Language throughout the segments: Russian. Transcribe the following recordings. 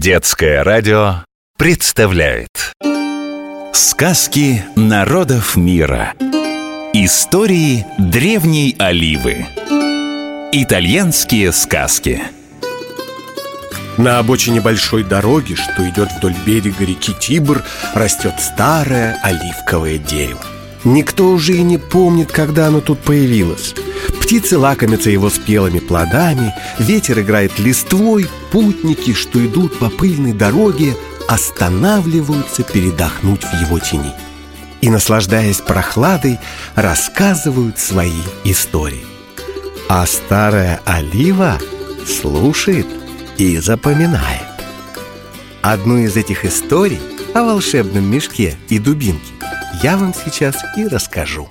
Детское радио представляет сказки народов мира. Истории древней Оливы. Итальянские сказки. На обочине большой дороги, что идет вдоль берега реки Тибр, растет старое оливковое дерево. Никто уже и не помнит, когда оно тут появилось. Птицы лакомятся его спелыми плодами, ветер играет листвой, путники, что идут по пыльной дороге, останавливаются передохнуть в его тени и, наслаждаясь прохладой, рассказывают свои истории. А старая олива слушает и запоминает. Одну из этих историй о волшебном мешке и дубинке я вам сейчас и расскажу.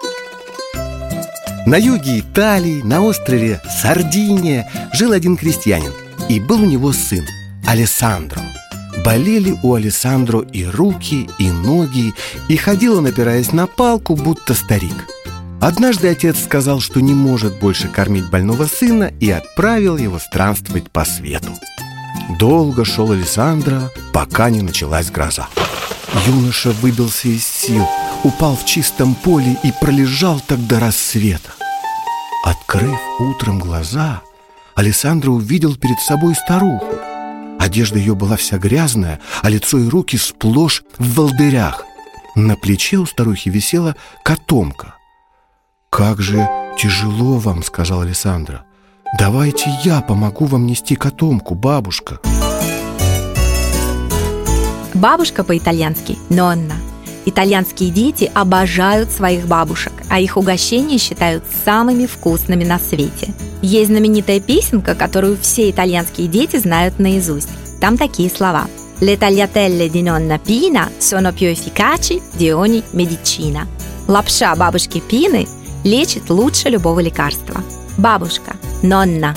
На юге Италии, на острове Сардиния, жил один крестьянин, и был у него сын Алессандро. Болели у Алессандро и руки, и ноги, и ходил он, опираясь на палку, будто старик. Однажды отец сказал, что не может больше кормить больного сына, и отправил его странствовать по свету. Долго шел Алессандро, пока не началась гроза. Юноша выбился из сил, упал в чистом поле и пролежал так до рассвета. Открыв утром глаза, Алессандро увидел перед собой старуху. Одежда ее была вся грязная, а лицо и руки сплошь в волдырях. На плече у старухи висела котомка. «Как же тяжело вам», — сказал Алессандро. «Давайте я помогу вам нести котомку, бабушка». Бабушка по-итальянски «нонна». Итальянские дети обожают своих бабушек, а их угощения считают самыми вкусными на свете. Есть знаменитая песенка, которую все итальянские дети знают наизусть. Там такие слова: «Le tagliatelle di nonna Pina sono più efficaci di ogni medicina». Лапша бабушки Пины лечит лучше любого лекарства. Бабушка, нонна.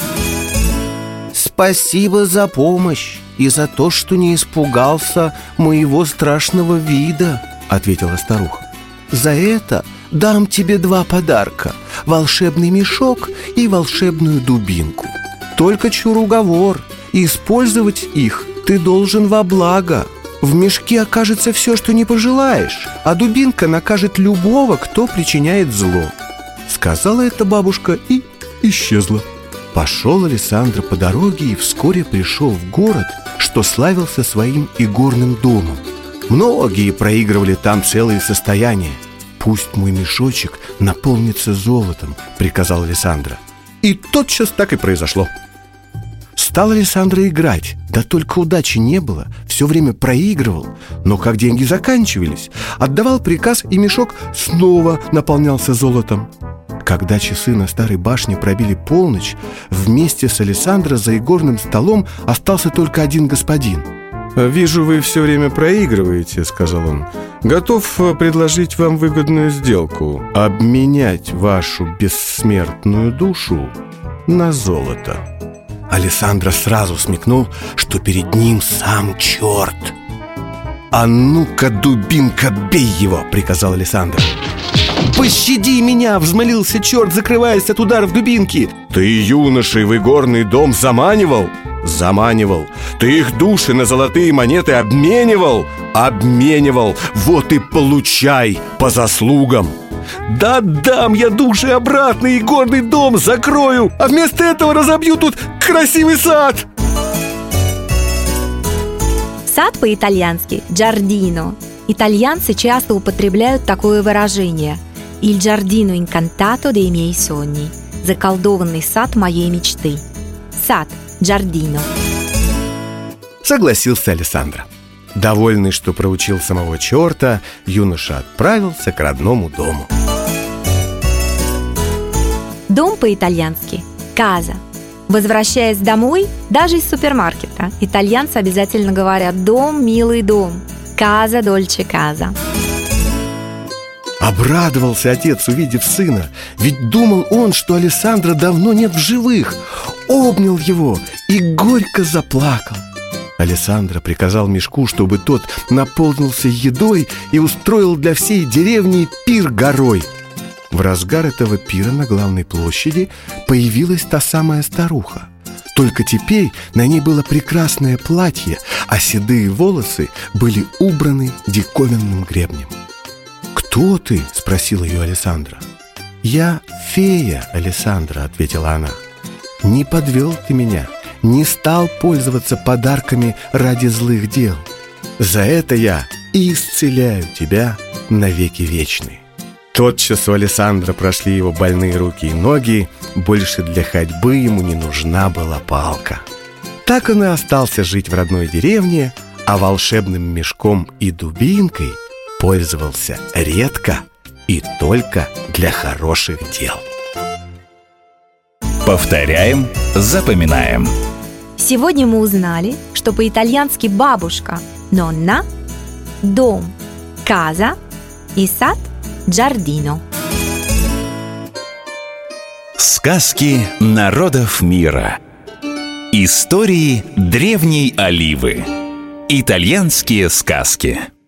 «Спасибо за помощь и за то, что не испугался моего страшного вида», — ответила старуха. «За это дам тебе 2 подарка: волшебный мешок и волшебную дубинку. Только чур уговор, использовать их ты должен во благо. В мешке окажется все, что не пожелаешь, а дубинка накажет любого, кто причиняет зло». Сказала это бабушка и исчезла. Пошел Алессандро по дороге и вскоре пришел в город, что славился своим игорным домом. Многие проигрывали там целые состояния. «Пусть мой мешочек наполнится золотом», — приказал Алессандро. И тотчас так и произошло. Стал Алессандро играть, да только удачи не было, все время проигрывал. Но как деньги заканчивались, отдавал приказ, и мешок снова наполнялся золотом. Когда часы на старой башне пробили полночь, вместе с Алессандро за игорным столом остался только один господин. «Вижу, вы все время проигрываете», — сказал он. «Готов предложить вам выгодную сделку: обменять вашу бессмертную душу на золото». Алессандро сразу смекнул, что перед ним сам черт. «А ну-ка, дубинка, бей его!» — приказал Алессандро. «Пощади меня!» — взмолился черт, закрываясь от ударов дубинки. «Ты юношей в игорный дом заманивал?» «Заманивал. Ты их души на золотые монеты обменивал?» «Обменивал. Вот и получай по заслугам!» «Да дам я души обратно, и игорный дом закрою, а вместо этого разобью тут красивый сад!» Сад по-итальянски «giardino». Итальянцы часто употребляют такое выражение: «Il giardino incantato dei miei sogni» – «заколдованный сад моей мечты». Сад «giardino». Согласился Алессандро. Довольный, что проучил самого черта, юноша отправился к родному дому. Дом по-итальянски «casa». Возвращаясь домой, даже из супермаркета, итальянцы обязательно говорят «дом, милый дом». «Casa dolce casa». Обрадовался отец, увидев сына, ведь думал он, что Алессандро давно нет в живых. Обнял его и горько заплакал. Алессандро приказал мешку, чтобы тот наполнился едой, и устроил для всей деревни пир горой. В разгар этого пира на главной площади появилась та самая старуха. Только теперь на ней было прекрасное платье, а седые волосы были убраны диковинным гребнем. «Кто ты?» – спросила ее Алессандро. «Я фея, Алессандро», – ответила она. «Не подвел ты меня, не стал пользоваться подарками ради злых дел. За это я и исцеляю тебя навеки вечные». Тотчас у Алессандро прошли его больные руки и ноги, больше для ходьбы ему не нужна была палка. Так он и остался жить в родной деревне, а волшебным мешком и дубинкой пользовался редко и только для хороших дел. Повторяем, запоминаем. Сегодня мы узнали, что по-итальянски бабушка – nonna, дом – casa и сад – giardino. Сказки народов мира. Истории древней оливы. Итальянские сказки.